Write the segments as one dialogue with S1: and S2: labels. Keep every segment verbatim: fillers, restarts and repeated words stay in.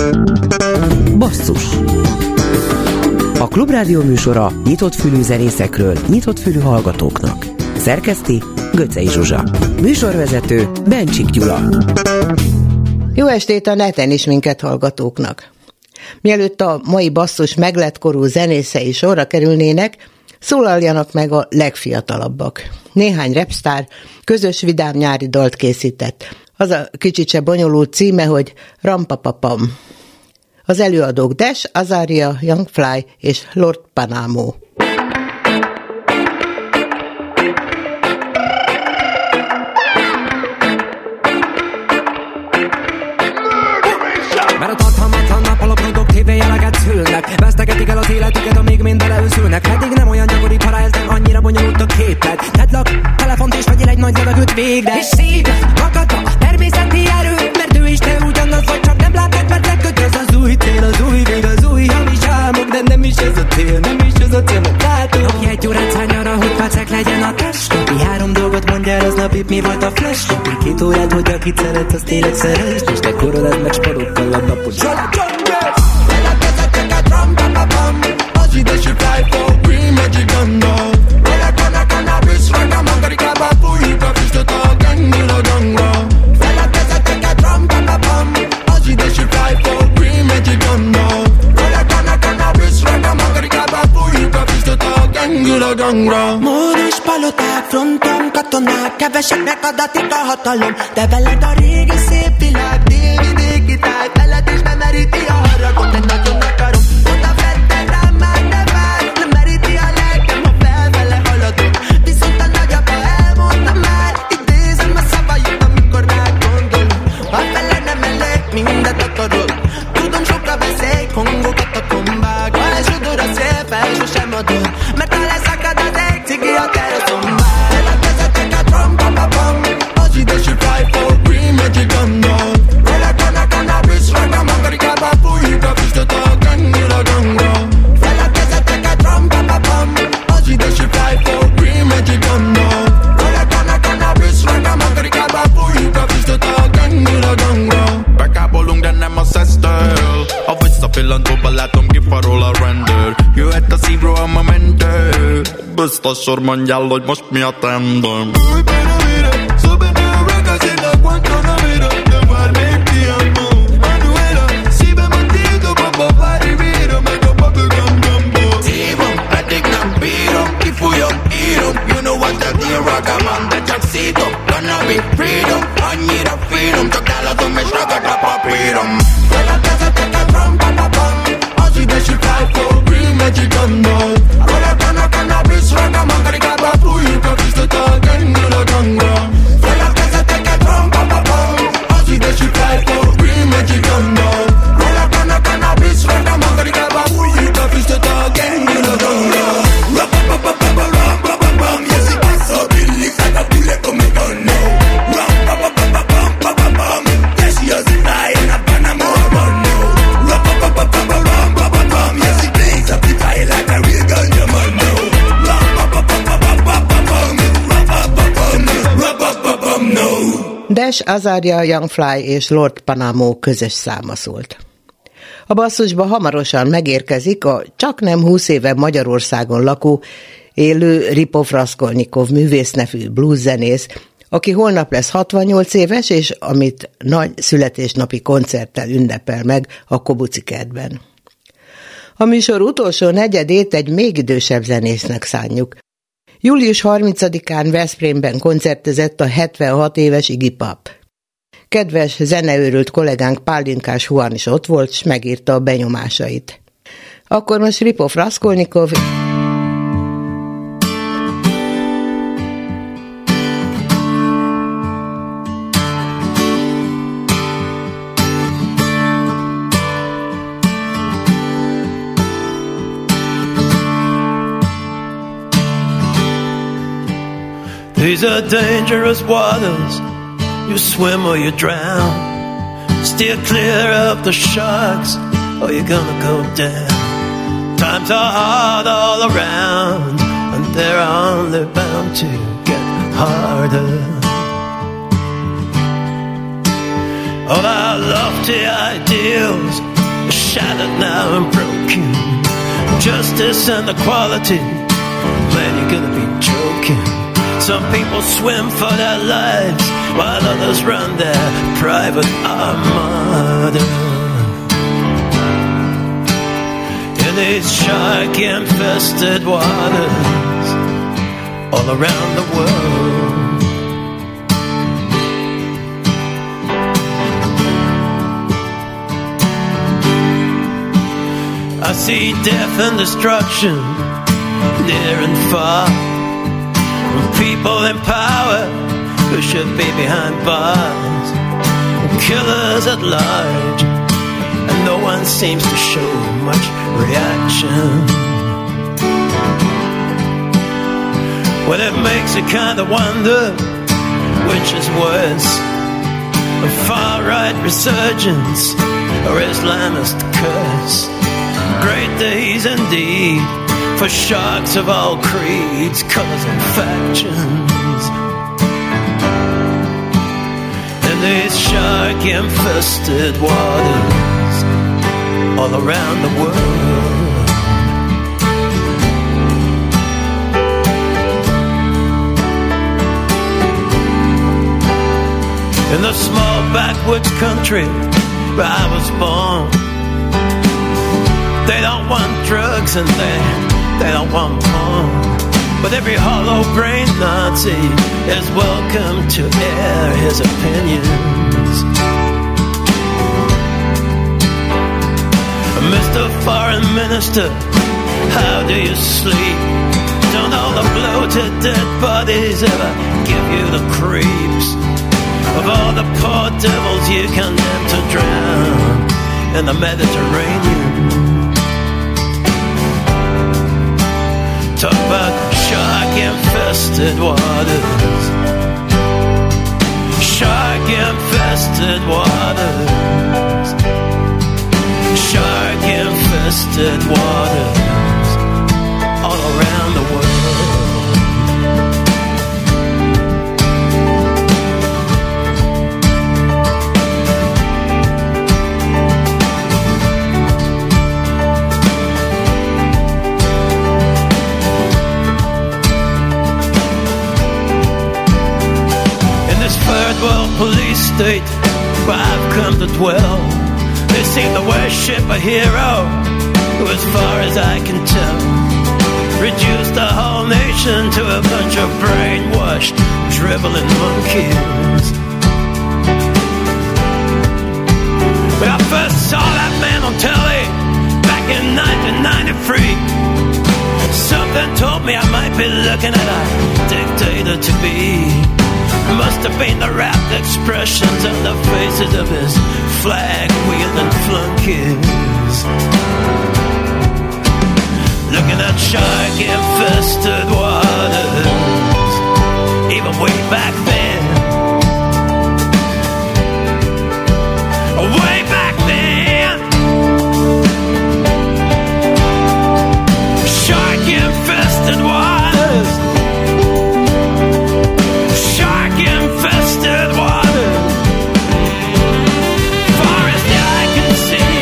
S1: Basszus. A Klubrádió műsora nyitott fülű zenészekről, nyitott fülű hallgatóknak. Szerkeszti Göcsei Zsuzsa. Műsorvezető Bencsik Gyula.
S2: Jó estét a neten is minket hallgatóknak. Mielőtt a mai basszus meglettkorú zenészei sorra kerülnének, szólaljanak meg a legfiatalabbak. Néhány rapsztár közös vidám nyári dalt készített. Az a kicsit se bonyolult címe, hogy Rampapapam. Az előadók Dash, Azaria, Young Fly és Lord Panamo.
S3: Mert a tartalmatlan nappal a produktív jeleket szülnek. Vesztegetik el az életüket, amíg mind beleőszülnek. Eddig nem olyan gyakori parázsdán, annyira bonyolult a képlet. Tedd telefont és vegyél egy nagy levegőt végre. És szívd magadba a természeti erőt, mert ő is te ugyanaz vagy, csak nem látod, mert lekötöz az új cél, az új vég, az új hamis álmok. De nem is ez a cél, nem is ez a cél, mert látod. Napi egy órát szállj arra, hogy percek legyen a test. Napi három dolgot mondja el aznap, mi volt a flash. Napi két órát, hogy akit szeret, az tényleg szerest. És te koroled meg sparokkal a napot.
S4: Vele kezeteket ram-pam-pam, az ide se fly for green magic gun-dal. Vele kana cannabis, ragam, Amerikába fújjuk a füstöt a gangul a gangra. Vele kezeteket ram-pam-pam, az ide se fly for green magic gun-dal. Vele kana cannabis, ragam, Amerikába fújjuk a füstöt a gangul a gangra.
S5: Módus paloták, fronton katonák, keveseknek adatik a hatalom. De veled a régi szép világ, dé vé dé kitály, veled is bemeríti a haragot, de nagyon akarom. Oda vetted rám, már ne várj, nem meríti a lelkem, ha felfele haladok. Viszont a nagyapa elmondta már, idézem a szavait, amikor rád gondolok. Ha fele nem elég, mindent akarok. Tudom, sokkal beszélj, kongokat a kombák. Ha lesodor a szél, fel sosem adod, mert ha leszakad az ég, cigi a teraszomba.
S4: Vele kezeteket ram-pam-pam, az ide se fly for green magic gun-dal. Vele kana cannabis, ragam, Amerikába fújjuk a füstöt a gangul a gangra. Vele kezeteket ram-pam-pam, az ide se fly for green magic gun-dal. Vele kana cannabis, ragam, Amerikába fújjuk a füstöt a gangul a gangra.
S6: Bekábolunk, de nem a szesztől. A visszapillantóba látom, kifarol a rendőr. Jöhet a szívról a mentő. Biztos sor, mondjál, hogy most mi a trendem.
S4: Új Panamera, suben a ragas en la Guantanamera. De várnék ti amo, Manuela. Szívem a tiltó, baba, várivira, meg a bubblegum gumbo.
S6: Szívom, pedig nem bírom, kifújom, írom. You know what that deal, ragaman, de csak szítom. Gonna be freedom, annyira finom. Csak nálatom és ragad a papírom.
S4: Vele kezeteket ram-pam-pam, az ide se fly for green magic gun-dal. Vele kana cannabis, ragam, Amerikába fújjuk a füstöt a gangul a gangra. Vele kezeteket ram-pam-pam, az ide se fly for green magic gun-dal. Vele kana cannabis, ragam, Amerikába fújjuk a füstöt a gangul a gangra. Ram-pam-pam-pam-pam, yes, it is so billy, kind of bullet coming on now. Ram-pam-pam-pam-pam, yes, yes, it is in a Panama run now. Ram-pam-pam-pam-pam, yes, it is up the fire like a real gun, you man know. Ram-pam-pam-pam-pam, ram-pam-pam-pam, ram-pam-pam-pam, no.
S2: Dash, Azaria, Young Fly és Lord Panamo közös száma szólt. A basszusba hamarosan megérkezik a csaknem húsz éve Magyarországon lakó, élő Ripov Raskolnikov művésznevű blueszenész, aki holnap lesz hatvannyolc éves, és amit nagy születésnapi koncerttel ünnepel meg a Kobuci kertben. A műsor utolsó negyedét egy még idősebb zenésznek szánjuk. július harmincadikán Veszprémben koncertezett a hetvenhat éves Iggy Pop. Kedves zeneőrült kollégánk Pálinkás Juan is ott volt, s megírta a benyomásait. Akkor most Ripov Raskolnikov...
S7: These are dangerous waters. You swim or you drown. Steer clear of the sharks or you're gonna go down. Times are hard all around and they're only bound to get harder. All our lofty ideals are shattered now and broken. Justice and equality, man, you're gonna be joking. Some people swim for their lives while others run their private armada. In these shark-infested waters all around the world, I see death and destruction near and far, from people in power who should be behind bars, killers at large, and no one seems to show much reaction. Well, it makes you kind of wonder which is worse, a far-right resurgence or Islamist curse. Great days indeed for sharks of all creeds, colors and factions. In these shark-infested waters all around the world. In the small backwoods country where I was born, they don't want drugs and they, they don't want porn, but every hollow-brained Nazi is welcome to air his opinions. Mister Foreign Minister, how do you sleep? Don't all the bloated dead bodies ever give you the creeps? Of all the poor devils you condemn to drown in the Mediterranean. Talk about shark-infested waters, shark-infested waters, shark-infested waters all around the world. World police state where I've come to dwell, they seem to worship a hero who, as far as I can tell, reduced the whole nation to a bunch of brainwashed, dribbling monkeys. When I first saw that man on telly back in nineteen ninety-three, something told me I might be looking at a dictator to be. Must have been the rapt expressions on the faces of his flag-wielding flunkies. Looking at shark-infested waters, even way back then, way back then, shark-infested waters, shark-infested waters, far as the eye can see.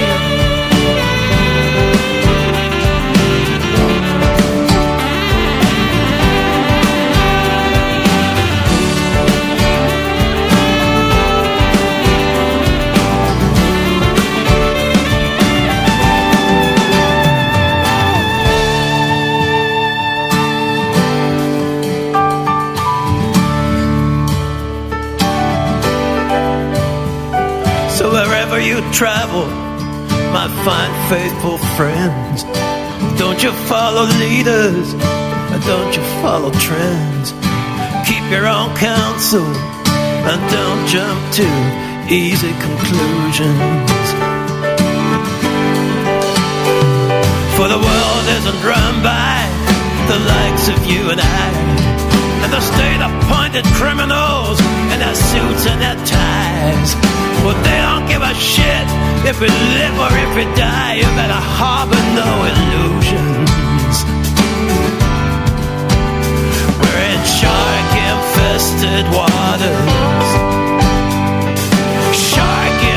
S7: So wherever you travel, my fine faithful friends, don't you follow leaders, or don't you follow trends. Keep your own counsel and don't jump to easy conclusions. For the world isn't run by the likes of you and I, and the state-appointed criminals in their suits and their ties. Well, they don't give a shit if we live or if we die. You better harbor no illusions. We're in shark-infested waters, shark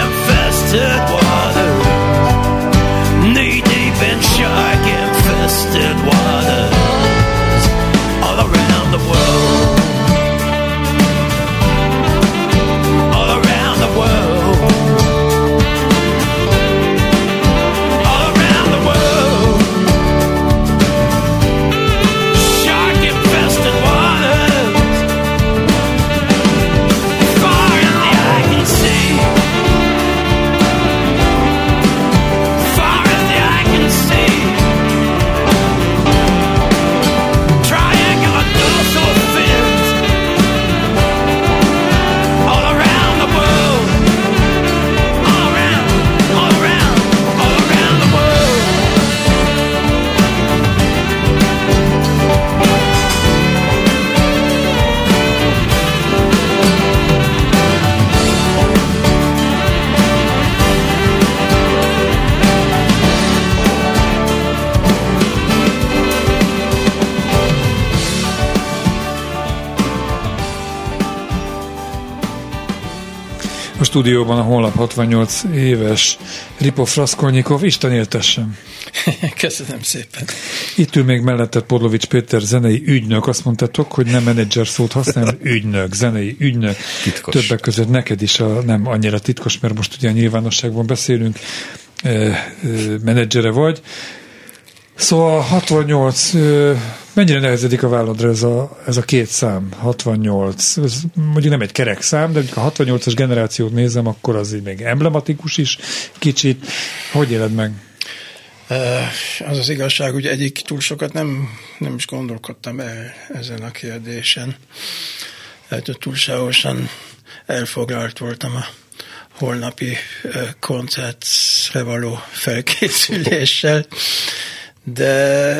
S8: stúdióban a honlap hatvannyolc éves Ripov Raskolnikov. Isten éltessem!
S9: Köszönöm szépen!
S8: Itt ül még melletted Podlovics Péter, zenei ügynök. Azt mondtátok, hogy nem menedzser szót használ, ügynök, zenei ügynök.
S9: Titkos.
S8: Többek között neked is a, nem annyira titkos, mert most ugye a nyilvánosságban beszélünk, e, e, menedzsere vagy. Szóval hatvannyolc, e, mennyire nehezedik a válladra ez a, ez a két szám, hatvannyolc, ez mondjuk nem egy kerek szám, de ha a hatvannyolcas generációt nézem, akkor az így még emblematikus is kicsit. Hogy éled meg?
S9: Az az igazság, hogy egyik túl sokat nem, nem is gondolkodtam el ezen a kérdésen. Lehet, hogy túlságosan elfoglalt voltam a holnapi koncertre való felkészüléssel, de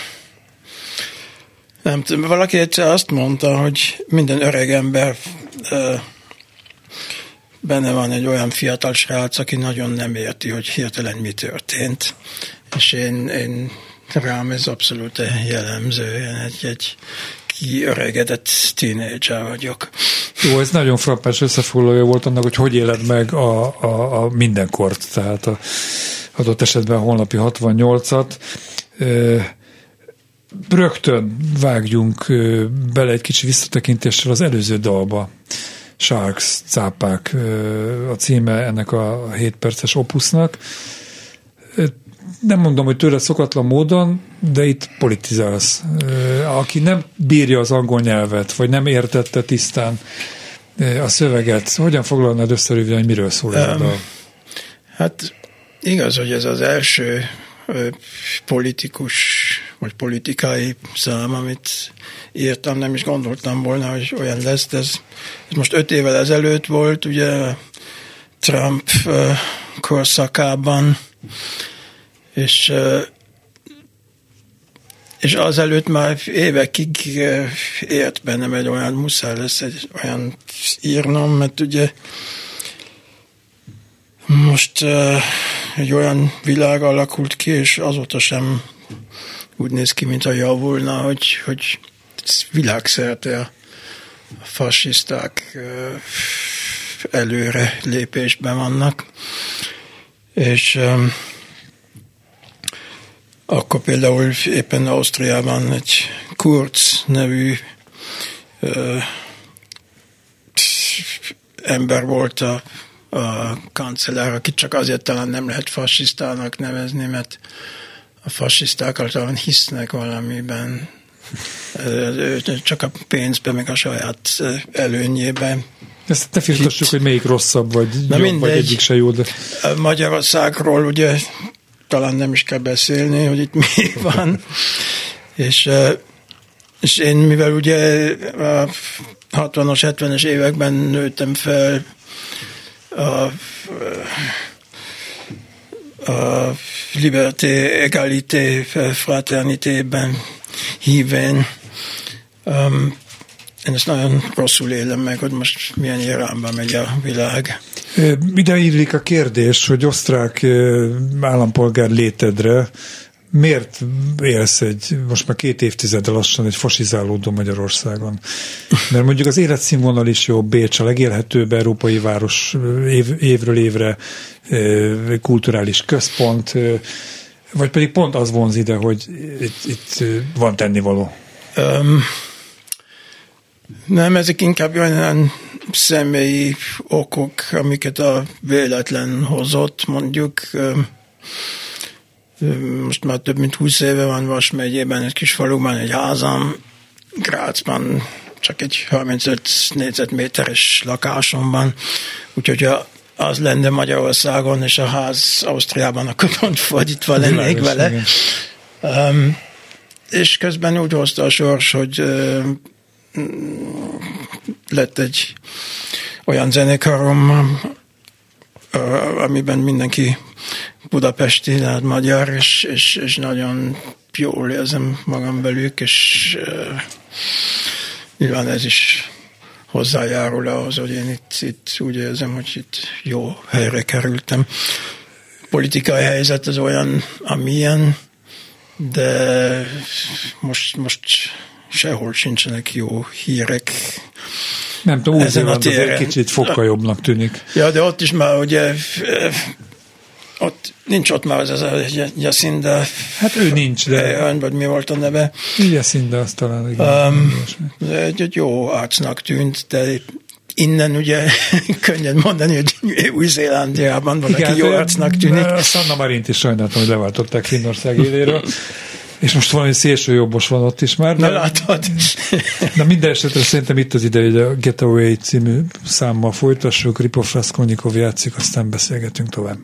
S9: nem tudom, valaki egyszer azt mondta, hogy minden öreg ember benne van egy olyan fiatal srác, aki nagyon nem érti, hogy hirtelen mi történt. És én, én rám ez abszolút jellemző. Én egy, egy kiöregedett tínédzser vagyok.
S8: Jó, ez nagyon frappás összefoglalója volt annak, hogy hogy éled meg a, a, a mindenkort, tehát a adott esetben a honlapi hatvannyolcat. Rögtön vágjunk bele egy kicsi visszatekintéssel az előző dalba. Sharks, cápák a címe ennek a hét perces opusznak. Nem mondom, hogy tőle szokatlan módon, de itt politizálsz. Aki nem bírja az angol nyelvet, vagy nem értette tisztán a szöveget, hogyan foglalnád össze röviden, hogy miről szól ez a dal?
S9: Hát igaz, hogy ez az első politikus, vagy politikai szám, amit írtam, nem is gondoltam volna, hogy olyan lesz, de ez, ez most öt évvel ezelőtt volt, ugye Trump korszakában, és, és azelőtt már évekig élt bennem egy olyan, muszáj lesz egy olyan írnom, mert ugye most egy olyan világ alakult ki, és azóta sem úgy néz ki, mint a javulna, hogy, hogy világszerte a fasiszták előre lépésben vannak. És um, akkor például éppen Ausztriában egy Kurz nevű uh, ember volt a, a kancellár, akit csak azért talán nem lehet fasisztának nevezni, mert a fasiszták általában hisznek valamiben, csak a pénzben, meg a saját előnyében.
S8: Ezt ne firtassuk, hogy melyik rosszabb, vagy
S9: Na
S8: jobb,
S9: mindegy.
S8: vagy egyik se jó, de...
S9: Magyarországról ugye talán nem is kell beszélni, hogy itt mi van. és, és én, mivel ugye a hatvanas, hetvenes években nőttem fel a a liberté, egalité, fraternitében hívén. Um, én ezt nagyon rosszul élem meg, hogy most milyen irányba megy a világ.
S8: Ide illik a kérdés, hogy osztrák állampolgár létedre miért élsz egy, most már két évtizede lassan egy fasizálódó Magyarországon? Mert mondjuk az életszínvonal is jobb, Bécs a legélhetőbb európai város év, évről évre, kulturális központ, vagy pedig pont az vonz ide, hogy itt, itt van tennivaló?
S9: Um, nem, ezek inkább olyan személyi okok, amiket a véletlen hozott, mondjuk. Most már több mint húsz éve van Vas megyében, egy kis faluban, egy házam, Grácsban csak egy harmincöt négyzetméteres lakásomban, úgyhogy ha az lenne Magyarországon, és a ház Ausztriában, akkor pont fordítva lennék vele. Um, és közben úgy hozta a sors, hogy uh, lett egy olyan zenekarom, uh, amiben mindenki budapesti, tehát magyar, és, és, és nagyon jól érzem magam velük, és uh, nyilván ez is hozzájárul ahhoz, hogy én itt, itt úgy érzem, hogy itt jó helyre kerültem. Politikai helyzet az olyan, amilyen, de most, most sehol sincsenek jó hírek.
S8: Nem tudom, úgy van, azért kicsit fokkal jobbnak tűnik.
S9: Ja, de ott is már ugye ott nincs ott már az az a Jacinda.
S8: Hát ő nincs, de...
S9: Olyan, vagy mi volt a neve?
S8: Jacinda, az talán. Igen,
S9: um, egy, egy jó arcnak tűnt, de innen ugye könnyed mondani, hogy Új-Zélandiában van, aki jó arcnak tűnik.
S8: Sanna Marint is sajnáltam, hogy leváltották Finnország éléről. És most valami szélső jobbos van ott is már.
S9: De, Na látod.
S8: De minden esetre szerintem itt az ide, hogy a Getaway című számmal folytassuk, Ripov Raskolnikov játszik, aztán beszélgetünk tovább.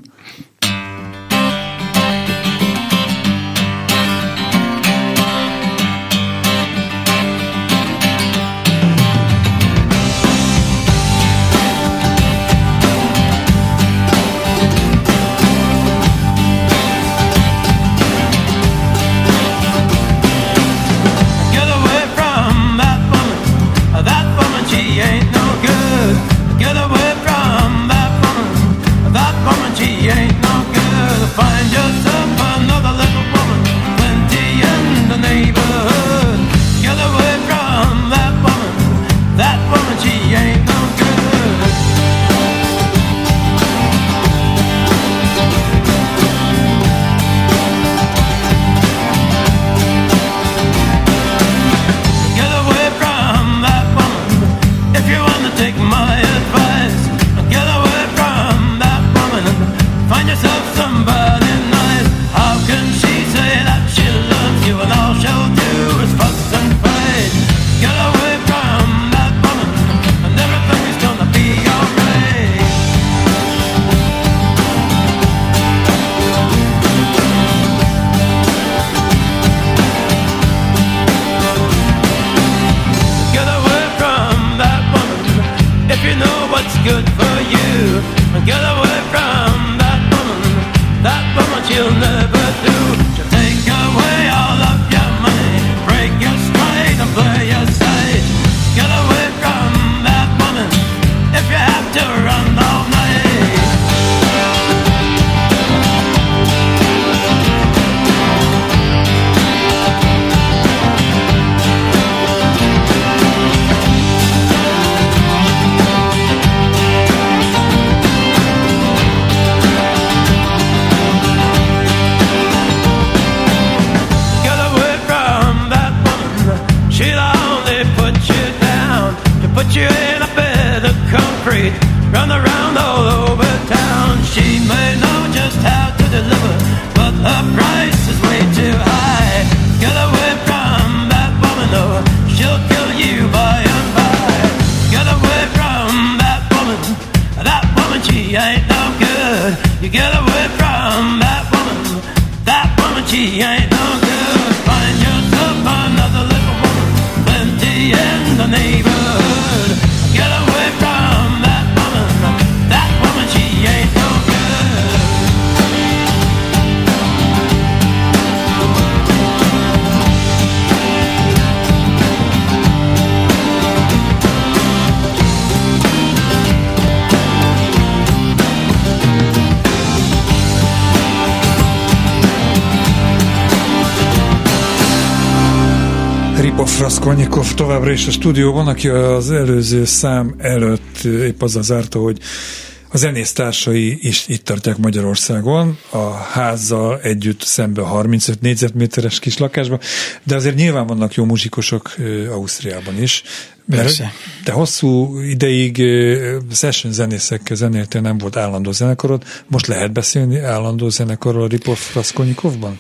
S8: Raskolnikov továbbra is a stúdióban, aki az előző szám előtt épp azzal zárta, hogy a zenésztársai is itt tartják Magyarországon, a házzal együtt szembe harmincöt négyzetméteres kis lakásban, de azért nyilván vannak jó muzsikusok Ausztriában is. Persze. Te hosszú ideig session zenészekkel zenéltél, nem volt állandó zenekarod, most lehet beszélni állandó zenekarról a Ripov Raskolnikovban?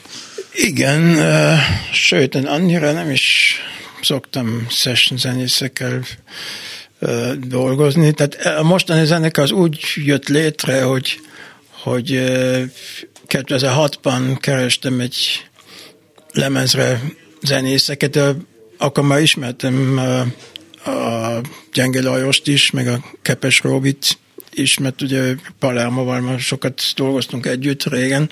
S9: Igen, uh, sőt, annyira nem is szoktam session zenészekkel uh, dolgozni. Tehát a mostani zenekar az úgy jött létre, hogy, hogy uh, kétezer-hatban kerestem egy lemezre zenészeket, de akkor már ismertem uh, a Gyenge Lajost is, meg a Kepes Róbit is, mert ugye Palermoval már sokat dolgoztunk együtt régen.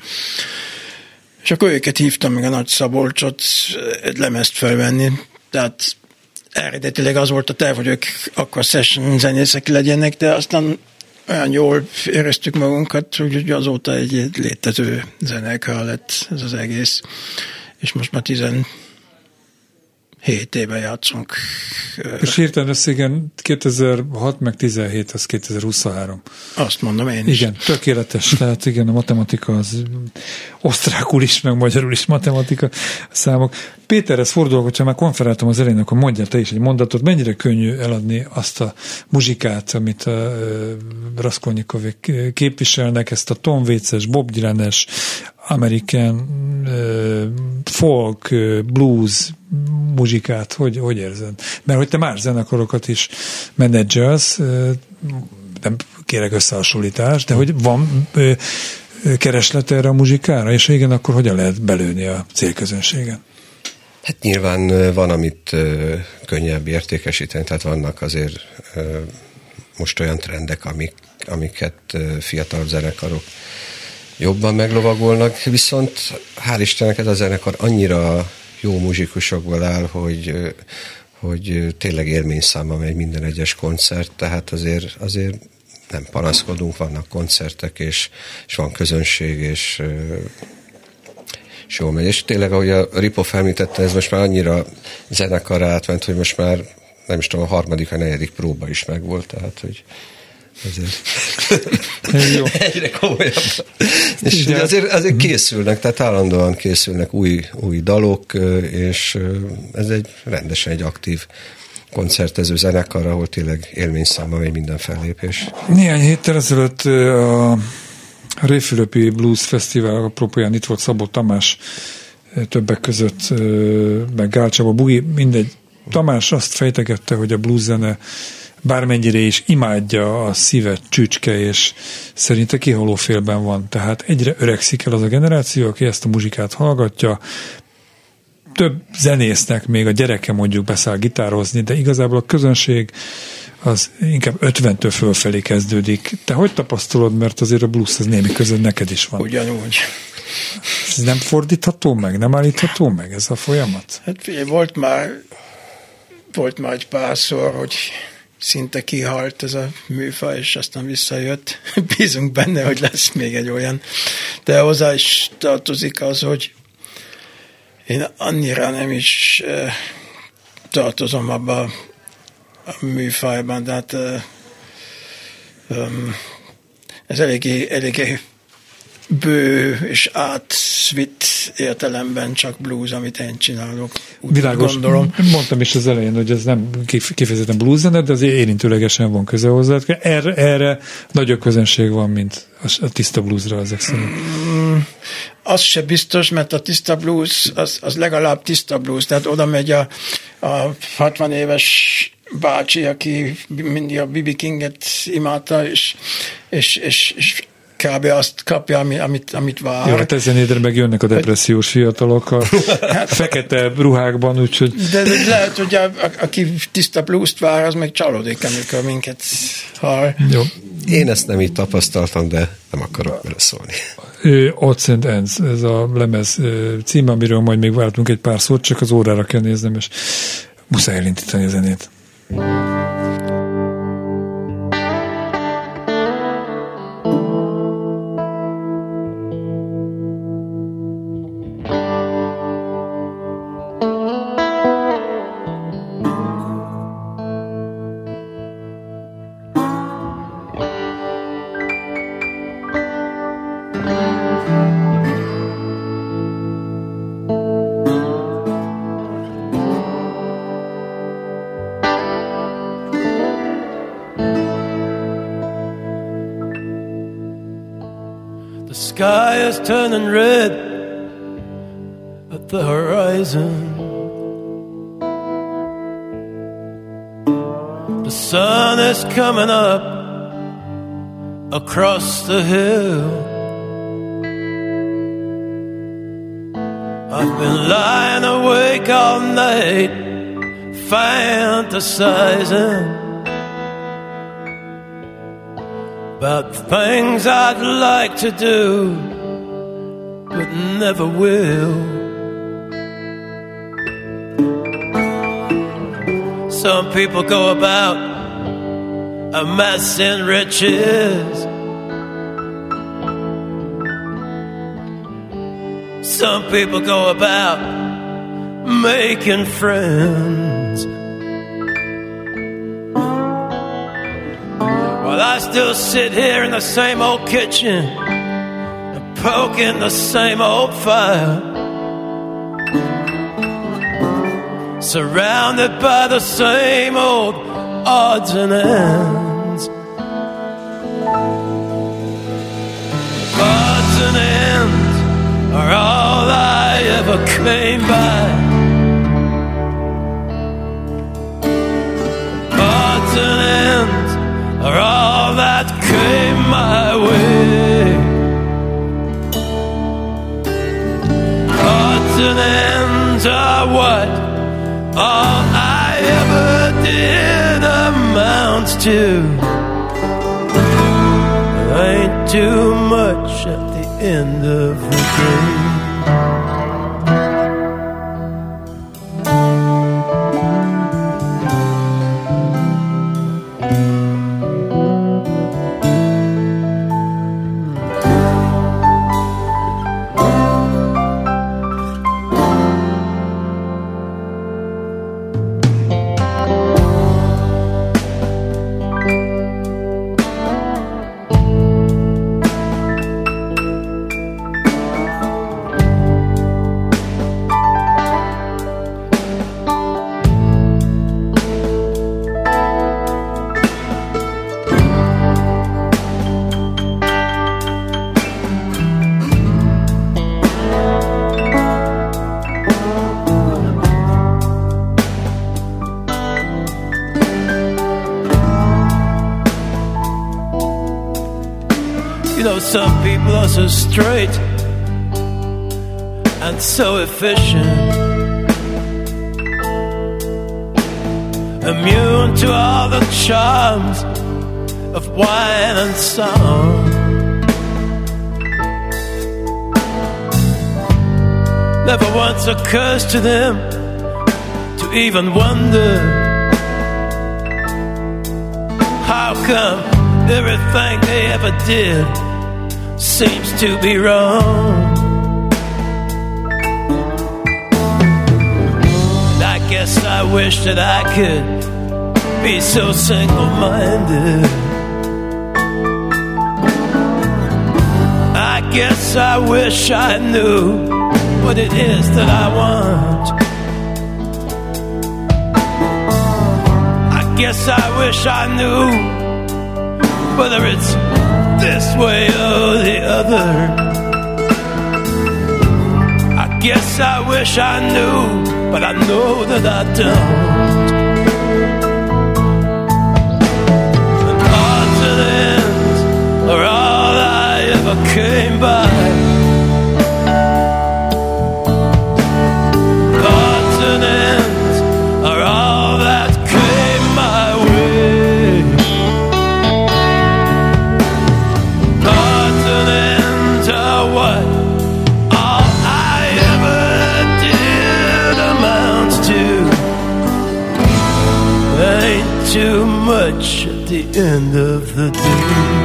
S9: És akkor őket hívtam, meg a Nagy Szabolcsot egy lemezt felvenni. Tehát eredetileg az volt a terv, hogy ők akkor session zenészek legyenek, de aztán olyan jól éreztük magunkat, hogy azóta egy létező zenekar lett ez az egész. És most már tizenhat hét éve játszunk.
S8: És hirtelen összegen kétezer-hat meg tizenhét, az kétezer-huszonhárom.
S9: Azt mondom én is.
S8: Igen, tökéletes. Tehát igen, a matematika az osztrákul is, meg magyarul is matematika számok. Péterhez fordulok, hogyha már konferáltam az elején, akkor mondjál te is egy mondatot. Mennyire könnyű eladni azt a muzsikát, amit a Raskolnikovék képviselnek, ezt a Tom Waits-es, Bob Dylan-es, American folk, blues muzsikát, hogy, hogy érzed? Mert hogy te más zenekarokat is menedzselsz, nem kérek összehasonlítást, de hogy van kereslet erre a muzsikára, és igen, akkor hogyan lehet belőni a célközönségen?
S10: Hát nyilván van, amit könnyebb értékesíteni, tehát vannak azért most olyan trendek, amik, amiket fiatal zenekarok jobban meglovagolnak, viszont hál' Istennek ez a zenekar annyira jó muzsikusokból áll, hogy, hogy tényleg élményszámba megy minden egyes koncert, tehát azért, azért nem panaszkodunk, vannak koncertek, és, és van közönség, és, és jól megy. És tényleg, ahogy a Ripó felmítette, ez most már annyira zenekar átment, hogy most már nem is tudom, a harmadik, a negyedik próba is megvolt, tehát, hogy azért
S8: jó.
S10: Egyre komolyabb. És azért, azért készülnek, tehát állandóan készülnek új, új dalok, és ez egy rendesen egy aktív koncertező zenekar, ahol tényleg élményszámban megy minden fellépés.
S8: Néhány héttel ezelőtt a Réfülöpi Blues Fesztivál apropóján itt volt Szabó Tamás többek között, meg Gál Csaba Bugi, mindegy. Tamás azt fejtegette, hogy a blues zene bármennyire is imádja a szíve csücske, és szerinte kihaló félben van. Tehát egyre öregszik el az a generáció, aki ezt a muzsikát hallgatja. Több zenésznek még a gyereke mondjuk beszáll gitározni, de igazából a közönség az inkább ötventől fölfelé kezdődik. Te hogy tapasztalod, mert azért a blues az némi között neked is van?
S9: Ugyanúgy.
S8: Ez nem fordítható meg? Nem állítható meg ez a folyamat?
S9: Hát figyelj, volt már volt már egy párszor, hogy szinte kihalt ez a műfaj, és aztán visszajött. Bízunk benne, hogy lesz még egy olyan. De hozzá is tartozik az, hogy én annyira nem is uh, tartozom abba a műfajban, de hát uh, um, ez eléggé, eléggé bő és átvitt értelemben csak blues, amit én csinálok.
S8: Világos. Gondolom. Mondtam is az elején, hogy ez nem kifejezetten blues zene, de azért érintőlegesen van köze hozzá. Erre, erre nagyobb közönség van, mint a tiszta bluesra ezek szerint.
S9: Mm, az se biztos, mert a tiszta blues, az, az legalább tiszta blues, tehát oda megy a, a hatvan éves bácsi, aki mindig a bé bé Kinget imádta, és, és, és, és kb. Azt kapja, amit, amit vár.
S8: Jó, hát ezen édre meg jönnek a depressziós fiatalok a hát, fekete ruhákban, úgyhogy...
S9: De, de lehet, hogy a, a, aki tiszta blues-t vár, az meg csalódik, amikor minket hall.
S8: Jó.
S10: Én ezt nem így tapasztaltam, de nem akarok vele szólni.
S8: Odds and Ends, ez a lemez címe, amiről majd még váltunk egy pár szót, csak az órára kell néznem, és muszáj elindítani a zenét.
S7: Sky is turning red at the horizon. The sun is coming up across the hill. I've been lying awake all night, fantasizing about things I'd like to do, but never will. Some people go about amassing riches. Some people go about making friends. While I still sit here in the same old kitchen, poking the same old fire, surrounded by the same old odds and ends. Odds and ends are all I ever came by. Odds and ends are all that came my way. Odds and ends are what all I ever did amounts to. Ain't too much at the end of the day. Some people are so straight and so efficient, immune to all the charms of wine and song. Never once occurs to them to even wonder how come everything they ever did seems to be wrong. And I guess I wish that I could be so single-minded. I guess I wish I knew what it is that I want. I guess I wish I knew whether it's this way or the other. I guess I wish I knew, but I know that I don't. And odds and ends are all I ever came by. Odds and ends are all that came my way. Odds and ends are what all I ever did amounts to. Ain't too much at the end of the day.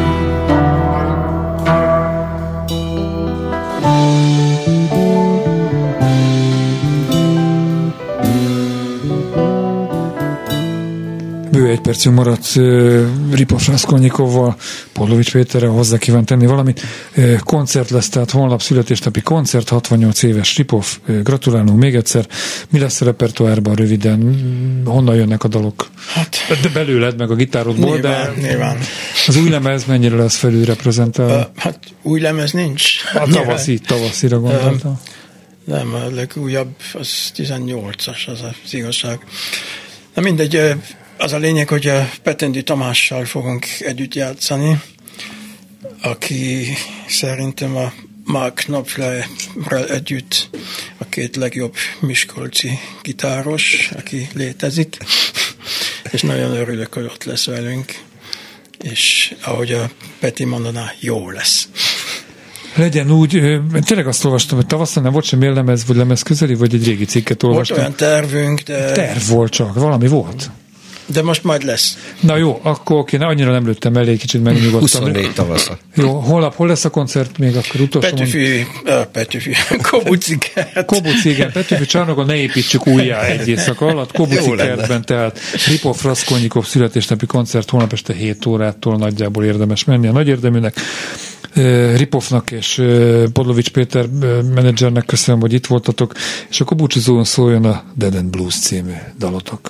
S8: Bő egy percünk maradt uh, Ripos Raskolnikovval, Pavlovics Péterrel hozzá kíván tenni valamit. Uh, koncert lesz, tehát holnap születésnapi koncert, hatvannyolc éves Ripov, uh, gratulálunk még egyszer. Mi lesz a repertoárban röviden? Honnan jönnek a dalok? Hát, de belőled, meg a gitárodból,
S9: nyilván,
S8: de
S9: nyilván.
S8: Az új lemez mennyire lesz felül reprezentálva?
S9: Uh, hát új lemez nincs.
S8: A tavaszi, tavasszira gondoltam.
S9: Uh, nem, a legújabb az tizennyolcas, az az igazság. Na mindegy, uh, az a lényeg, hogy a Petendi Tamással fogunk együtt játszani, aki szerintem a Mark Knopflerrel együtt a két legjobb miskolci gitáros, aki létezik, és nagyon örülök, hogy ott lesz velünk, és ahogy a Peti mondaná, jó lesz.
S8: Legyen úgy, tényleg azt olvastam, hogy tavasszal nem volt semmi lemez, vagy lemez közeli, vagy egy régi cikket olvastam.
S9: Volt olyan tervünk, de...
S8: Terv volt csak, valami volt.
S9: De most majd lesz.
S8: Na jó, akkor oké, annyira nem lőttem elég, kicsit megnyugodtam.
S10: huszonnégy tavasza.
S8: Jó, holnap hol lesz a koncert még akkor utolsó?
S9: Petőfi, uh, Petőfi, Kobuci kert.
S8: Kobuci, igen, Petőfi csarnokon ne építsük újjá egy éjszaka alatt. Kobuci kertben, tehát Ripov Raskolnikov születésnapi koncert holnap este hét órától nagyjából érdemes menni a nagy érdeműnek. Ripovnak és Podlovics Péter menedzsernek köszönöm, hogy itt voltatok, és akkor búcsúzóan szóljon a Dead and Blues című dalotok.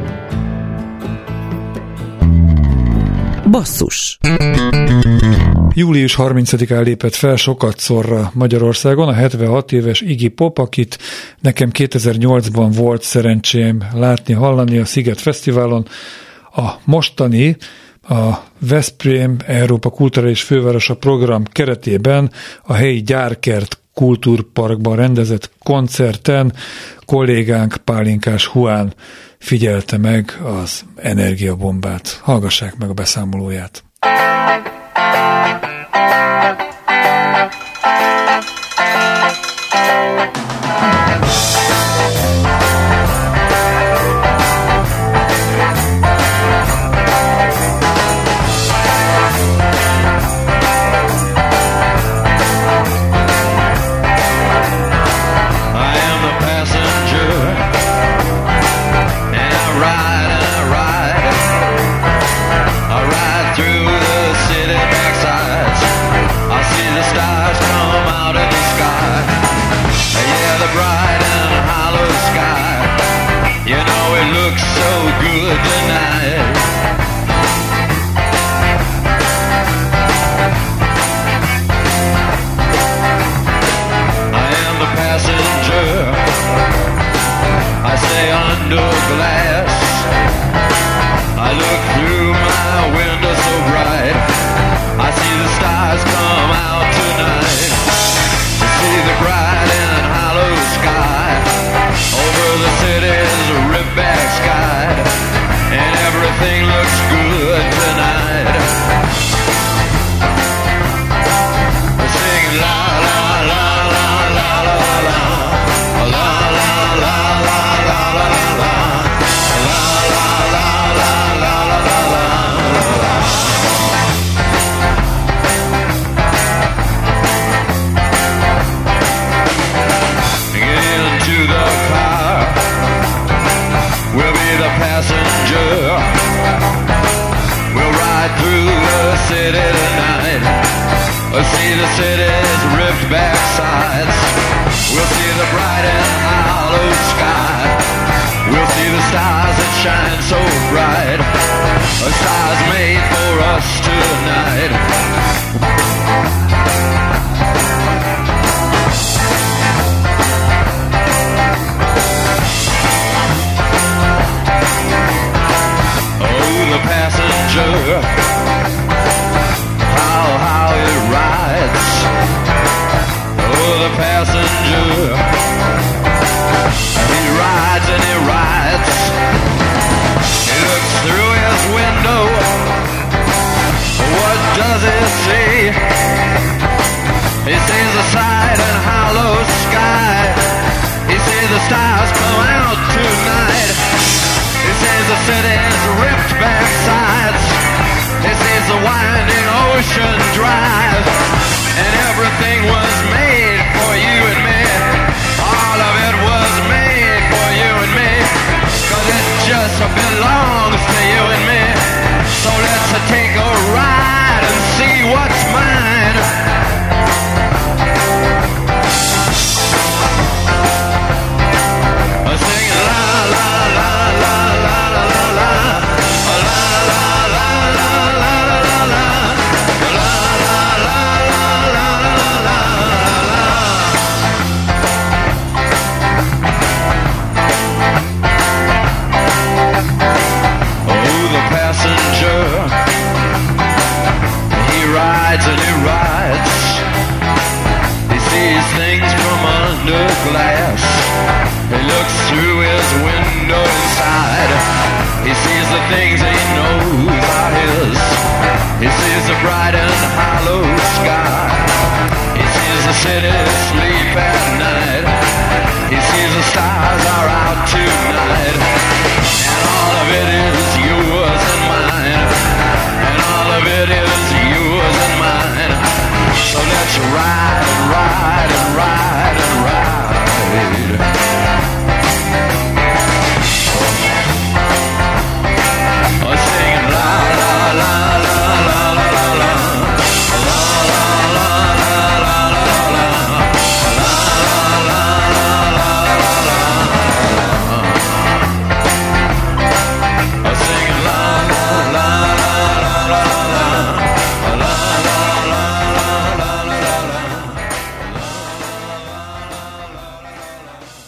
S1: Basszus
S8: július harmincadikán lépett fel sokatszorra Magyarországon a hetvenhat éves Iggy Pop, akit nekem kétezer-nyolcban volt szerencsém látni, hallani a Sziget Fesztiválon. A mostani, a Veszprém Európa Kulturális Fővárosa program keretében a helyi Gyárkert Kultúrparkban rendezett koncerten kollégánk Pálinkás Juan figyelte meg az energiabombát. Hallgassák meg a beszámolóját.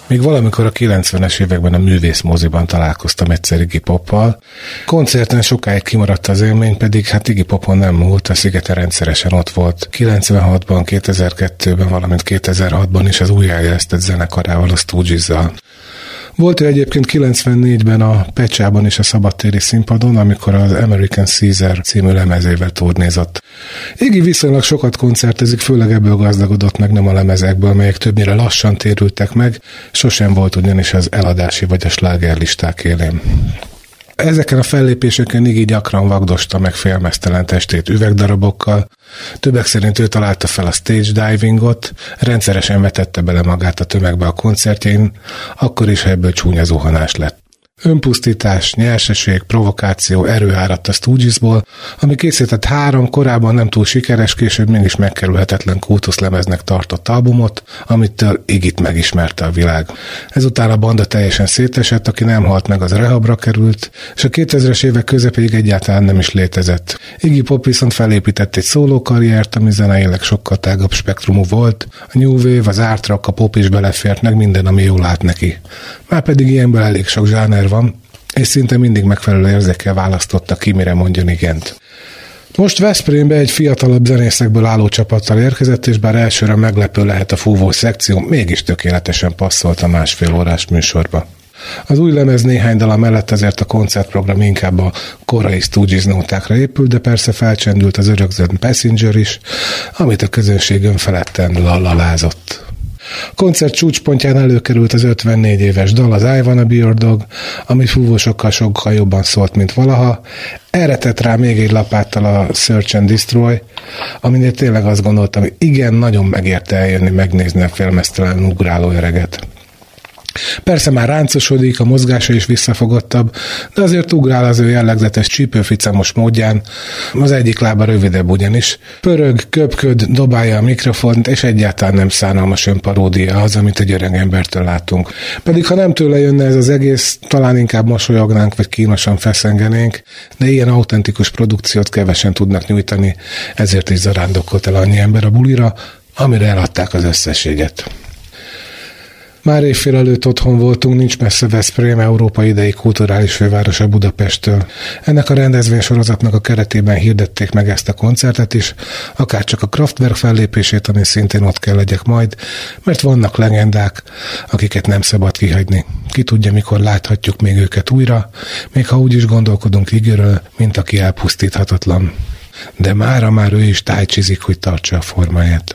S11: Még valamikor a kilencvenes években a művészmoziban találkoztam egyszer Iggy Poppal. Koncerten sokáig kimaradt az élmény, pedig hát Iggy Popon nem múlt, a Szigete rendszeresen ott volt. kilencvenhatban, kétezer-kettőben, valamint kétezer-hatban is az újjáélesztett zenekarával, a Stooges-zal. Volt ő egyébként kilencvennégyben a Pecsában és a szabadtéri színpadon, amikor az American Caesar című lemezével turnézott. Iggy viszonylag sokat koncertezik, főleg ebből gazdagodott meg, nem a lemezekből, melyek többnyire lassan térültek meg, sosem volt ugyanis az eladási vagy a slágerlisták élén. Ezeken a fellépéseken Iggy gyakran vagdosta meg félmeztelen testét üvegdarabokkal, többek szerint ő találta fel a stage divingot, rendszeresen vetette bele magát a tömegbe a koncertjein, akkor is, ha ebből csúnya zuhanás lett. Önpusztítás, nyerseség, provokáció, erő áradt a Stoogesból, ami készített három korábban nem túl sikeres, később mégis megkerülhetetlen kultuszlemeznek tartott albumot, amitől Iggyt megismerte a világ. Ezután a banda teljesen szétesett, aki nem halt meg, az rehabra került, és a kétezres évek közepéig egyáltalán nem is létezett. Iggy Pop viszont felépített egy szólókarriert, ami zeneileg sokkal tágabb spektrumú volt, a new wave, az art rock, a pop is belefért, meg minden, ami jól lát neki. Márpedig ilyenből elég sok zsáner van, és szinte mindig megfelelő érzékkel választotta ki, mire mondjon igent. Most Veszprémbe egy fiatalabb zenészekből álló csapattal érkezett, és bár elsőre meglepő lehet a fúvó szekció, mégis tökéletesen passzolt a másfél órás műsorba. Az új lemez néhány dala mellett ezért a koncertprogram inkább a korai Stooges nótákra épült, de persze felcsendült az örökzött Passenger is, amit a közönség önfeledten lallalázott. A koncert csúcspontján előkerült az ötvennégy éves dal, az I Wanna Be Your Dog, ami fúvósokkal sokkal jobban szólt, mint valaha. Erre tett rá még egy lapáttal a Search and Destroy, aminél tényleg azt gondoltam, hogy igen, nagyon megérte eljönni megnézni a félmeztelen ugráló öreget. Persze már ráncosodik, a mozgása is visszafogottabb, de azért ugrál az ő jellegzetes csípőficamos módján, az egyik lába rövidebb ugyanis. Pörög, köpköd, dobálja a mikrofont, és egyáltalán nem szánalmas önparódia az, amit egy öreg embertől látunk. Pedig ha nem tőle jönne ez az egész, talán inkább mosolyognánk, vagy kínosan feszengenénk, de ilyen autentikus produkciót kevesen tudnak nyújtani, ezért is zarándokolt el annyi ember a bulira, amire eladták az összességet. Már évfél előtt otthon voltunk, nincs messze Veszprém, Európa idei kulturális fővárosa Budapesttől. Ennek a rendezvénysorozatnak a keretében hirdették meg ezt a koncertet is, akár csak a Kraftwerk fellépését, ami szintén ott kell legyek majd, mert vannak legendák, akiket nem szabad kihagyni. Ki tudja, mikor láthatjuk még őket újra, még ha úgy is gondolkodunk Iggyről, mint aki elpusztíthatatlan. De mára már ő is tájcsizik, hogy tartsa a formáját.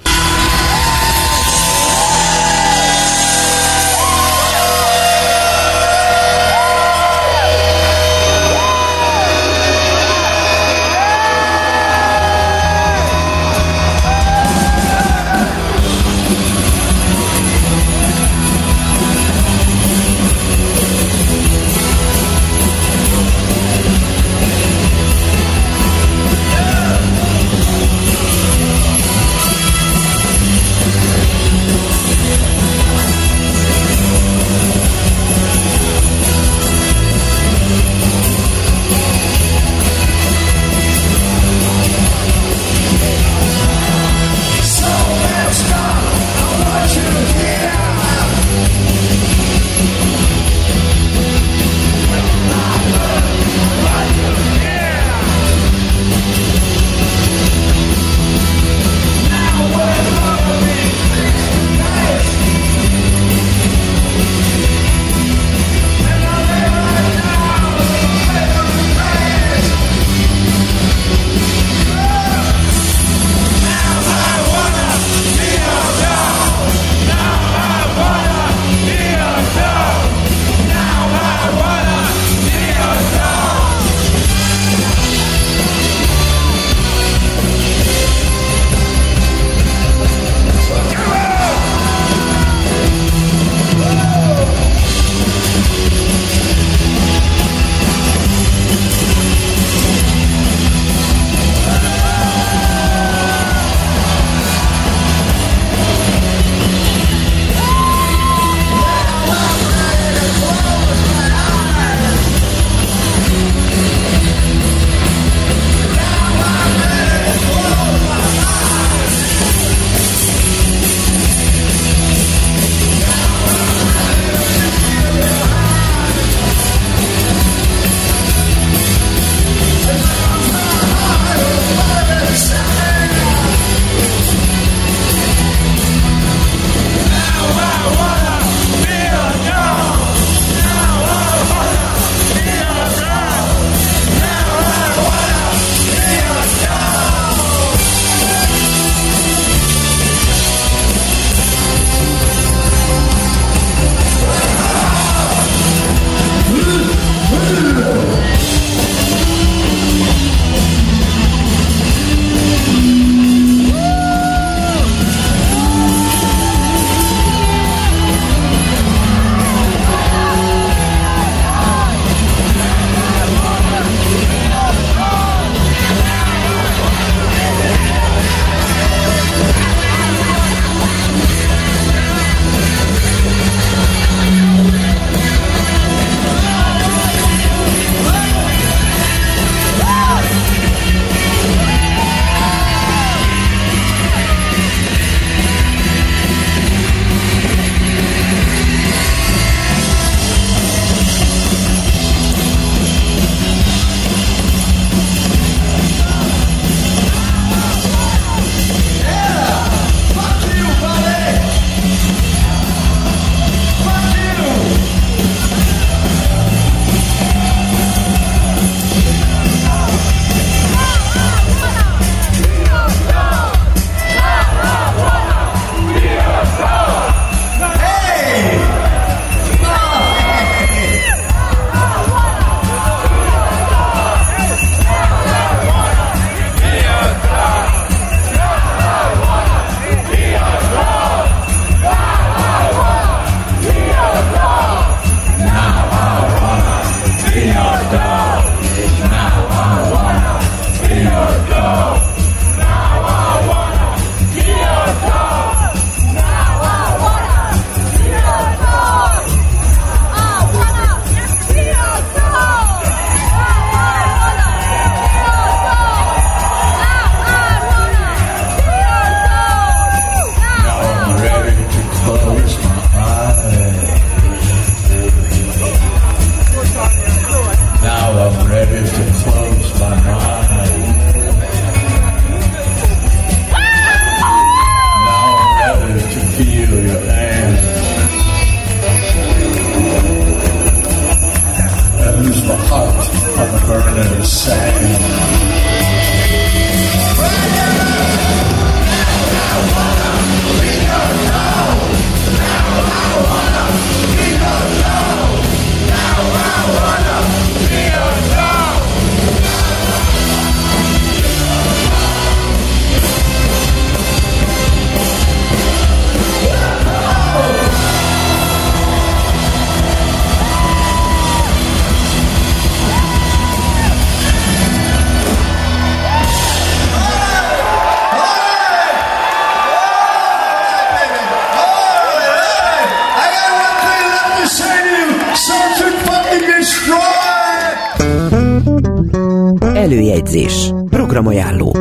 S1: Előjegyzés. Programajánló.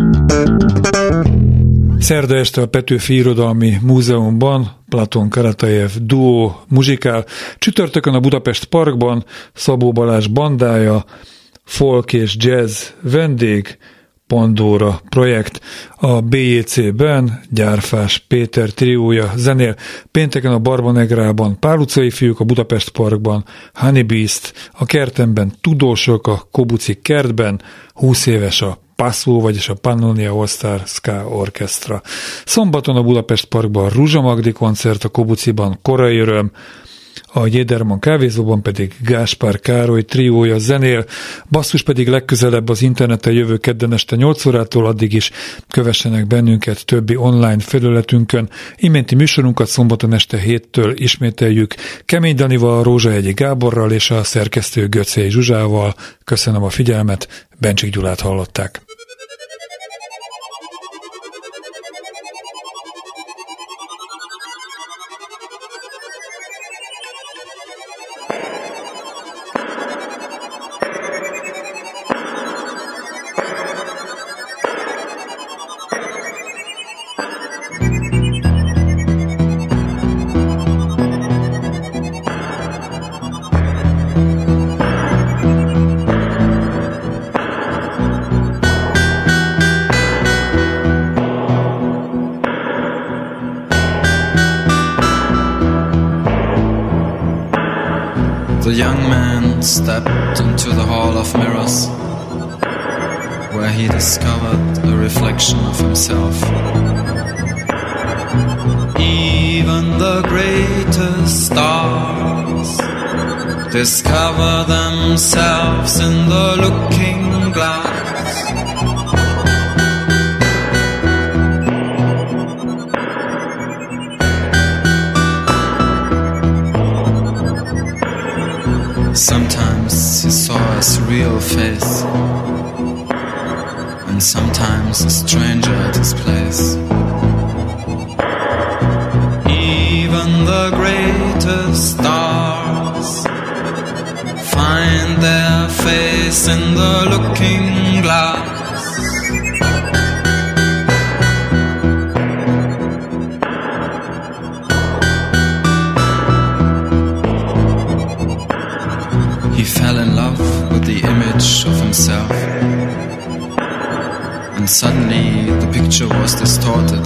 S8: Szerda este a Petőfi Irodalmi Múzeumban Platon Karatajev duó muzsikál, csütörtökön a Budapest Parkban Szabó Balázs bandája, folk és jazz vendég, Pandora projekt, a bé jé cé-ben Gyárfás Péter triója zenél, pénteken a Barbanegrában Pál utcai fiúk, a Budapest Parkban Honey Beast, a Kertemben Tudósok, a Kobuci kertben, húsz éves a Passzó, vagyis a Pannonia All Star Ska Orchestra. Szombaton a Budapest Parkban Ruzsa Magdi koncert, a Kobuciban Korai Öröm, a Jéderman kávézóban pedig Gáspár Károly triója zenél, basszus pedig legközelebb az interneten jövő kedden este nyolc órától, addig is kövessenek bennünket többi online felületünkön. Iménti műsorunkat szombaton este héttől ismételjük Kemény Danival, Rózsahegyi Gáborral és a szerkesztő Göcei Zsuzsával. Köszönöm a figyelmet, Bencsik Gyulát hallották.
S12: The young man stepped into the hall of mirrors, where he discovered a reflection of himself. Even the greatest stars discover themselves in the looking glass. Sometimes he saw a surreal face, and sometimes a stranger at his place. Even the greatest stars find their face in the looking glass. He fell in love with the image of himself, and suddenly the picture was distorted.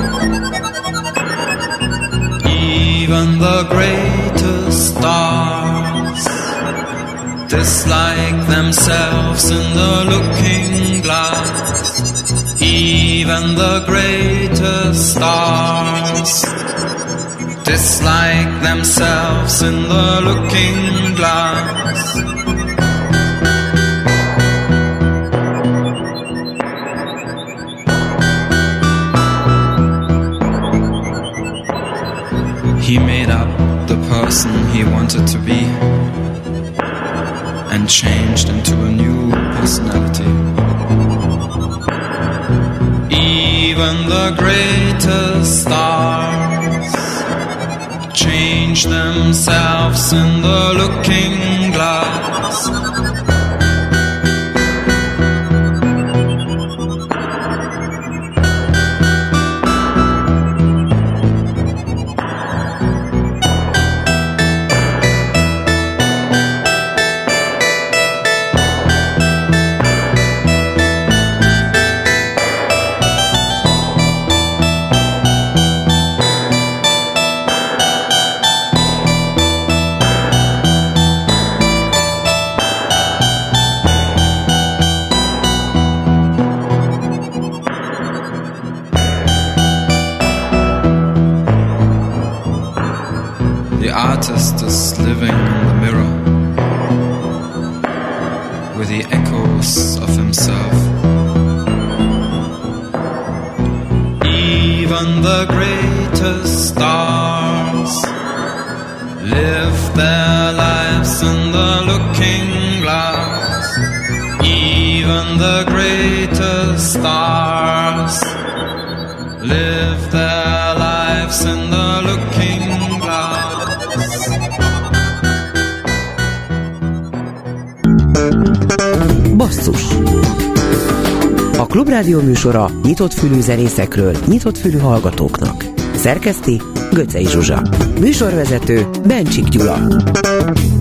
S12: Even the greatest stars dislike themselves in the looking glass. Even the greatest stars dislike themselves in the looking glass. He made up the person he wanted to be and changed into a new personality. Even the greatest stars change themselves in the looking glass. Artist is living in the mirror with the echoes of himself. Even the greatest stars live their lives in the looking glass. Even the greatest stars live their lives in the looking glass.
S1: Basszus Klubrádió műsora nyitott fülű zenészekről, nyitott fülű hallgatóknak. Szerkeszti Göcsei Zsuzsa. Műsorvezető Bencsik Gyula.